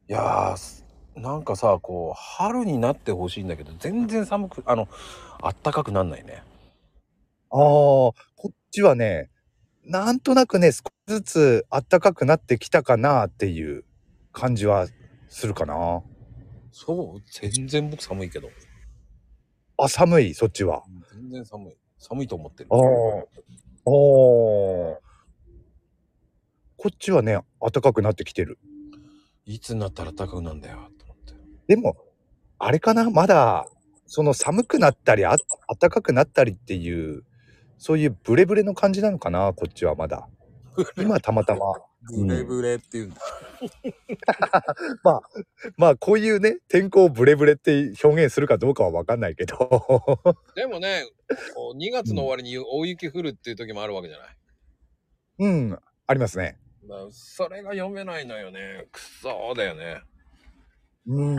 いやー、なんかさ、こう、春になってほしいんだけど、全然あったかくなんないね。 ああ、こっちはね、なんとなくね、少しずつ暖かくなってきたかなっていう感じはするかな。 そう全然僕寒いけど。 あ、寒い、そっちは。 全然寒い。寒いと思ってる。 ああ、ああ。こっちはね、暖かくなってきてる。 いつになったら暖かくなんだよ、と思って。 でも、あれかな、まだ、その寒くなったり、暖かくなったりっていう、そういうブレブレの感じなのかな、こっちはまだ。今たまたま。うん。 ブレブレって言うんだ。 まあ、まあ、こういうね、天候をブレブレって表現するかどうかはわかんないけど。 でもね、こう2月の終うん。 わりに大雪降るっていう時もあるわけじゃない。 うん、ありますね。 それが読めないのよね。くそーだよね。 うん、うん、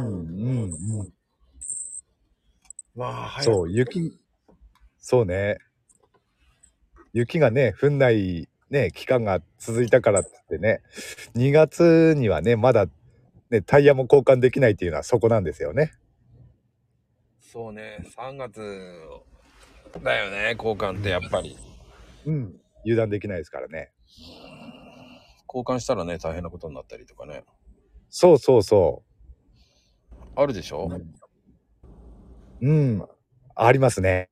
うん。 まあ、早く。 そう、そうね。雪がね、降んないね、期間が続いたからっつってね、2月にはね、まだね、タイヤも交換できないっていうのはそこなんですよね。 そうね、3月だよね、交換ってやっぱり。 うん。油断できないですからね。 交換したらね、大変なことになったりとかね。 そうそうそあるでしょ。 う。うん。ありますね。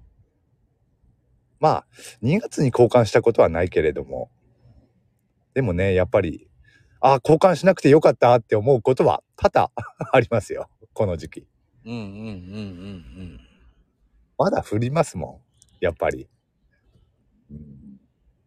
まあ、2月に交換したことはないけれども、でもね、やっぱり、あ、交換しなくてよかったって思うことは多々ありますよ。この時期。 うんうんうんうんうん。 まだ降りますもん。やっぱり。うん、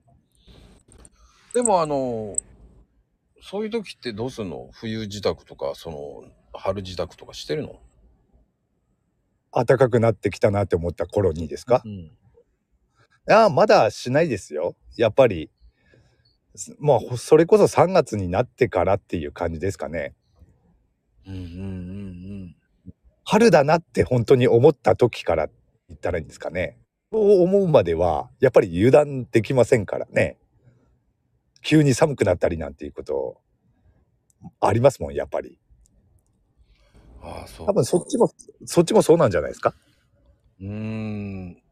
でもそういう時ってどうすんの？冬支度とか、春支度とかしてるの？ 暖かくなってきたなって思った頃にですか？ うん。 ああ、まだしないですよ。やっぱり、まあ、それこそ3月になってからっていう感じですかね。 うんうんうん春だなって本当に思った時から言ったらいいんですかね。そう思うまでは、やっぱり油断できませんからね。急に寒くなったりなんていうことありますもん、やっぱり。 うん。ああ、そう。 多分そっちもそうなんじゃないですか？ うーん。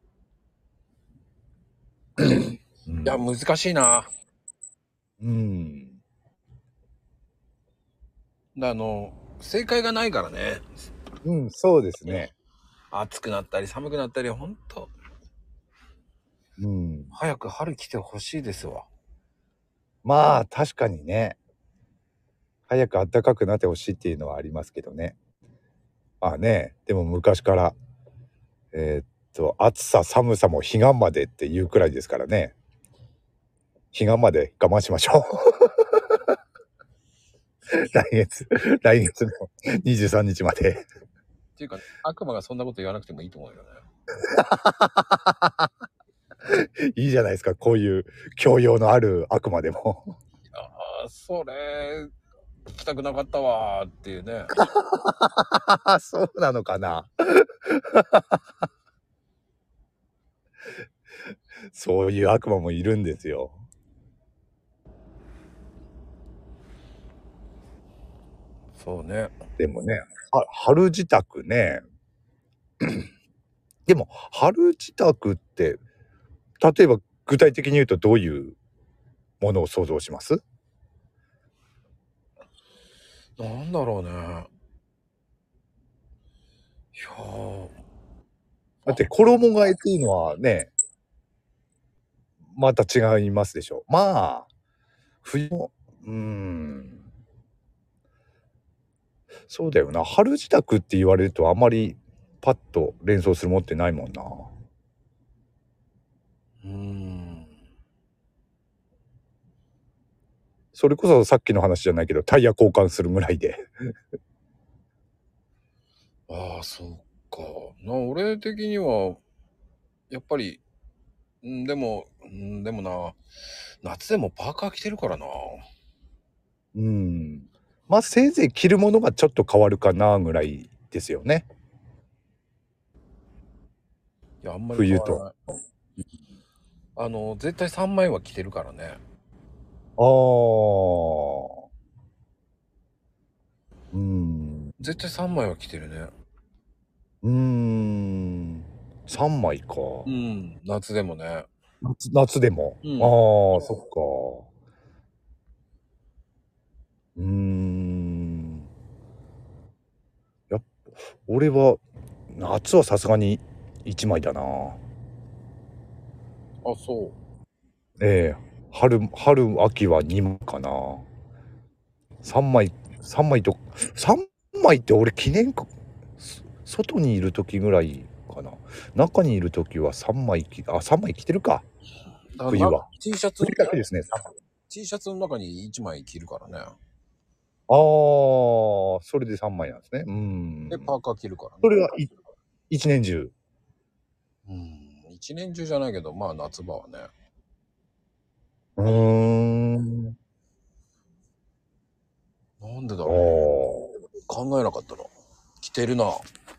いや、 うん。 難しいな。 うん。 正解がないからね。 うん、そうですね。 暑くなったり寒くなったり、ほんと、 うん。 早く春来てほしいですわ。 まあ、確かにね、早く暖かくなってほしいっていうのはありますけどね。まあね、でも昔から、暑さ寒さも彼岸までっていうくらいですからね。彼岸まで我慢しましょう。来月、来月の23日まで。 っていうか、悪魔がそんなこと言わなくてもいいと思うよね。 いいじゃないですか、こういう教養のある悪魔でも。 ああ、それ、聞きたくなかったわーっていうね。 そうなのかな。そういう悪魔もいるんですよ。 そうね。 でもね、春支度ね。でも、春支度って、例えば具体的に言うとどういうものを想像します？ なんだろうね。いやー、 だって衣替えっていうのはね、また違いますでしょ。まあ、冬の、そうだよな。春支度って言われるとあまりパッと連想するもんってないもんな。 うーん。 それこそさっきの話じゃないけど、タイヤ交換するぐらいで。 ああ、そうか。俺的には、やっぱり、でもな、夏でもパーカー着てるからな。 うん。まあ、せいぜい着るものがちょっと変わるかなぐらいですよね。 いや、あんまり変冬と。 わらない。絶対3枚は着てるからね。 ああ。 絶対3枚は着てるね。 3枚か。 うん。夏でもね。 夏でも。 うん。 ああ、そっか。うーん。やっ俺は、夏はさすがに1枚だな。 あ、そええ春、秋は2枚かな。3枚、3枚と、3枚って俺記念か、外にいる時ぐらいかな。中にいる時は3枚着てるか。 う。 冬は。 T シャツ、 冬だけですね、3枚。 T シャツの中に1枚着るからね。 ああ、それで3枚なんですね。 で、パーカー着るからね。 それは一年中。 うん。一年中じゃないけど、まあ夏場はね。 うーん。 なんでだあろあ。 う。考えなかったな。着てるな。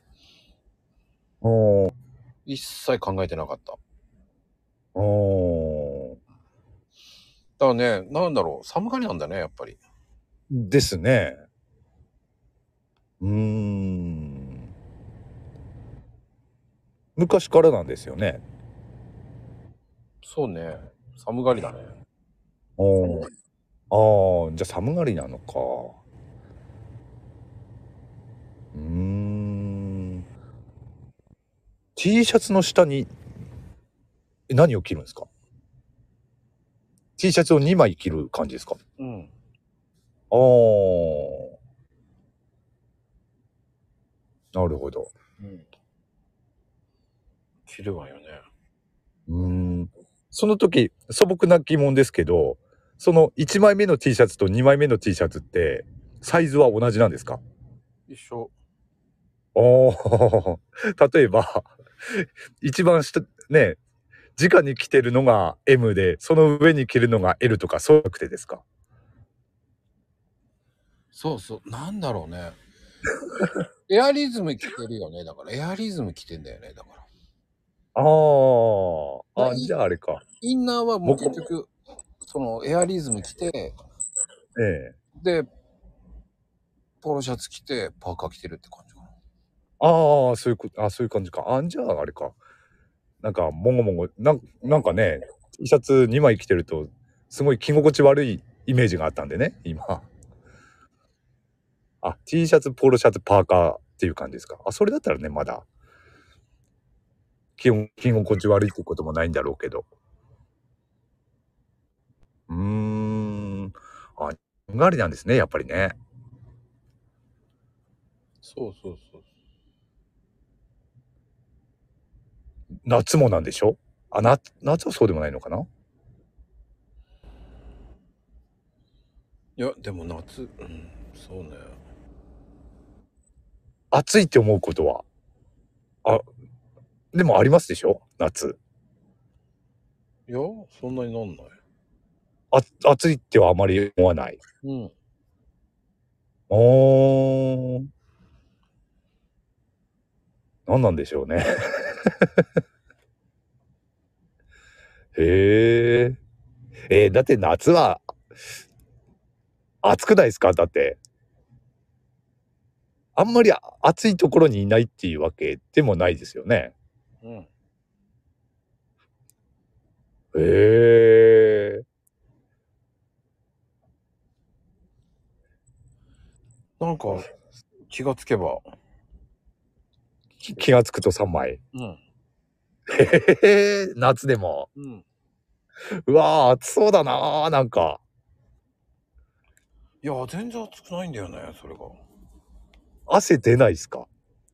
ああ。 一切考えてなかった。 ああ。 だからね、なんだろう。寒がりなんだね、やっぱり。 ですね。うーん。昔からなんですよね。 そうね。寒がりだね。 おああ、じゃあ寒がりなのか。うーん。T シャツの下に何を着るんですか？ T シャツを2枚着る感じですか？ うん。 ああ、なるほど。 うん。着るわよね。 うーん。その時、素朴な疑問ですけど、その1枚目の T シャツと2枚目の T シャツって、サイズは同じなんですか？ 一緒。 おお、例えば、一番下、ね、直に着てるのが M で、その上に着るのが L とかそうなくてですか？ そうそう。なんだろうね。エアリズム着てるよね。だからエアリズム着てんだよね。だから。 ああ、じイゃああれか。 インナーはもうもこ結局、そのエアリズム着て、 ええ。 で、ポロシャツ着て、パーカー着てるって感じかな。 ああ、そういう感じか。じゃああれか。なんか、もごもご、なんかね、T シャツ2枚着てると、すごい着心地悪いイメージがあったんでね、今。T シャツ、ポロシャツ、パーカーっていう感じですか。それだったらね、まだ、着心地悪いってこともないんだろうけど。うーん。ふんわりなんですね、やっぱりね。 そうそうそう。 夏もなんでしょ？夏はそうでもないのかな？ いや、でも夏、うん、そうね。 暑いって思うことは、あ、でもありますでしょ？夏。 いや、そんなになんない。 暑いってはあまり思わない。 うん。 おー、何なんでしょうね。へえ。だって夏は暑くないですか？だって。あんまり暑いところにいないっていうわけでもないですよね。 うん。 へえ。 なんか、気がつけば。 気がつくと3枚。 うん。 へえ、夏でも。 うん。 うわー、暑そうだなー、なんか。 いや、全然暑くないんだよね、それが。 汗出ないっすか？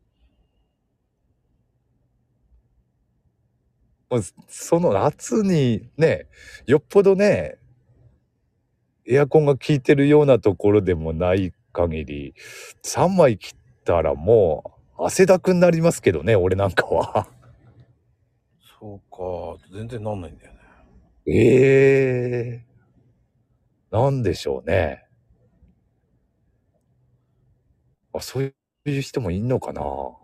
もうその夏にね、よっぽどね、エアコンが効いてるようなところでもない限り、3枚切ったらもう汗だくになりますけどね、俺なんかは。 そうか、全然なんないんだよね。 ええ、なんでしょうね。そういう人もいんのかな。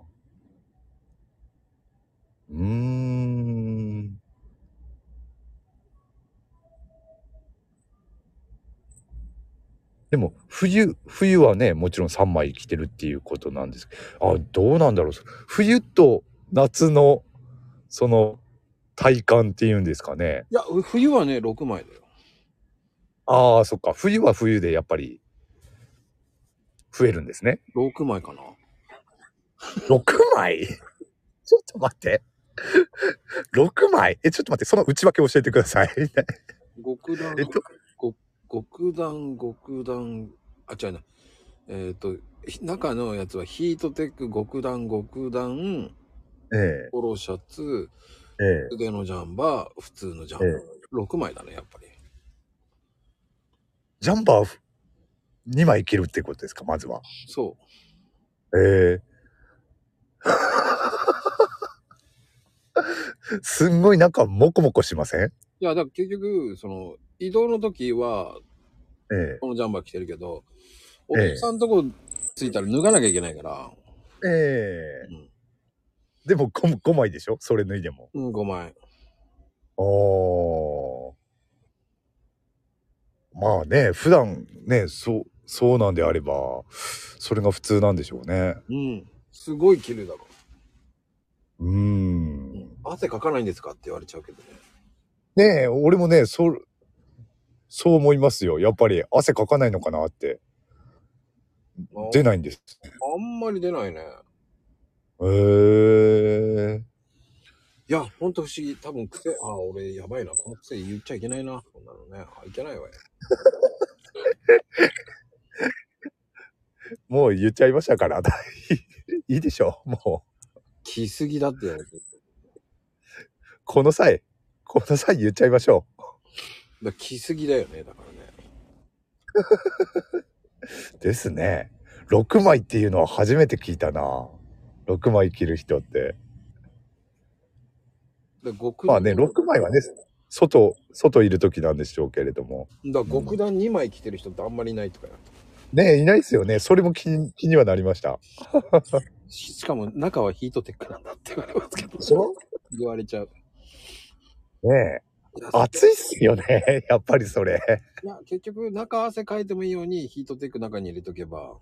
うーん。 でも冬はねもちろん3枚着てるっていうことなんですけど、どうなんだろう、冬と夏のその体感っていうんですかね。 いや、冬はね、6枚だよ。 そっか、冬は冬でやっぱり増えるんですね。 6枚かな。 6枚ちょっと待って。6枚ちょっと待って、その内訳教えてください。 極段、極段、極段、違うな。中のやつはヒートテック、極段、極段、 えポロシャツ、 ええ腕のジャンバー、普通のジャンバー。 え 6枚だね、やっぱり。 ジャンバー2枚着るってことですか、まずは。 そええすんごいなんかモコモコしません？ う。いや、だから結局、移動の時は、 えこのジャンバー着てるけど、おえ客さんとこ着いたら脱がなきゃいけないから、 えうん。 でも 5枚でしょ、それ脱いでも。 うん、5枚。 まあね、普段ね、そうなんであれば、それが普通なんでしょうね。 うん。すごい綺麗だろ。汗かかないんですかって言われちゃうけどね。 ねえ、俺もね、そう思いますよ。やっぱり汗かかないのかなって。出ないんです。 あんまり出ないね。 へえ。 いや、ほんと不思議。多分癖、俺やばいな。この癖言っちゃいけないな。こんなのね。いけないわよ。 もう言っちゃいましたから。いいでしょ、もう。 着すぎだって言われてる。 この際言っちゃいましょ着すぎだよね。だからね。 う。ですね。6枚っていうのは初めて聞いたな。6枚着る人って。 極段、 まあね、6枚はね、外いる時なんでしょうけれども。 極段2枚着てる人ってあんまりいないとかや。 ねえ、いないですよね。それも気にはなりました。 しかも中はヒートテックなんだって言われますけど。言われちゃう。 ねえ。暑いっすよね。やっぱりそれ。 いや、結局、中汗かいてもいいようにヒートテック中に入れとけば。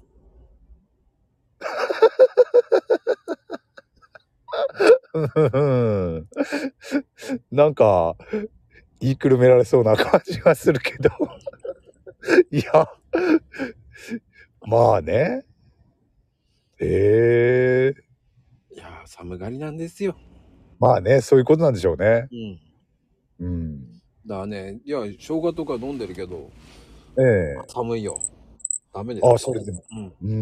なんか、言いくるめられそうな感じがするけど。いや、まあね。ええ。 いや寒がりなんですよ。 まあね、そういうことなんでしょうね。 うん。 うん。 だからね、いや、生姜とか飲んでるけど、 ええ。 寒いよ。ダメです。 それでも。 うん。 うん。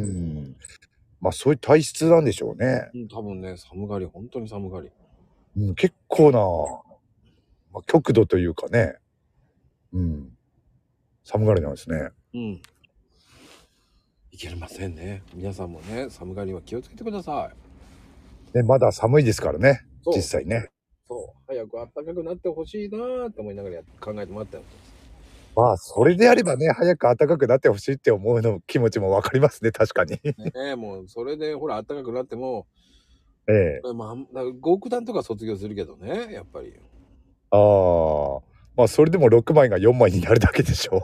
まあそういう体質なんでしょうね。 うん、多分ね、寒がり、本当に寒がり。 うん、結構な、極度というかね。うん。寒がりなんですね。 うん。いけませんね。皆さんもね、寒がりは気をつけてください。 ね、まだ寒いですからね。 そう実際ね。 そう。早く暖かくなってほしいなーって思いながら考えてもらったよ。 まあ、それであればね、早く暖かくなってほしいって思うの気持ちもわかりますね、確かに。 ね、もうそれでほら暖かくなっても、 ええ。 まあ、極暖とか卒業するけどね、やっぱり。 ああ。まあ、それでも6枚が4枚になるだけでしょ。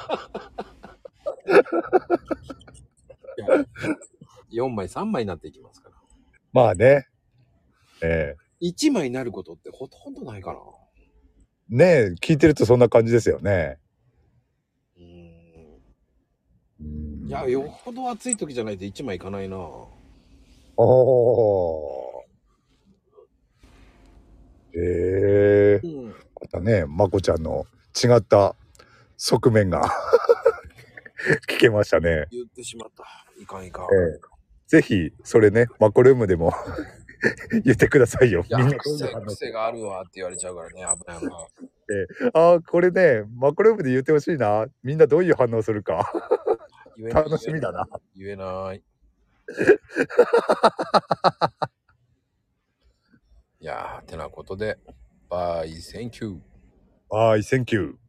いや4枚、3枚になっていきますから。 まあね。ええ。 1枚になることってほとんどないかな。 ねえ、聞いてるとそんな感じですよね。 うーん。 うん。 いや、よほど暑い時じゃないと1枚いかないな。 おお。ええ。 うん。 またね、まこちゃんの違った側面が聞けましたね。 言ってしまった。いかんいかん。 ええ。ぜひ、それね、マコルームでも言ってくださいよ。 いや、 みんなどういう反応癖があるわって言われちゃうからね、危ないな。 これね、マコルームで言ってほしいな。みんなどういう反応するか。 言えない。 楽しみだな。 言えない。いやー、てなことで、バイ、センキュー。 はい、センキュー。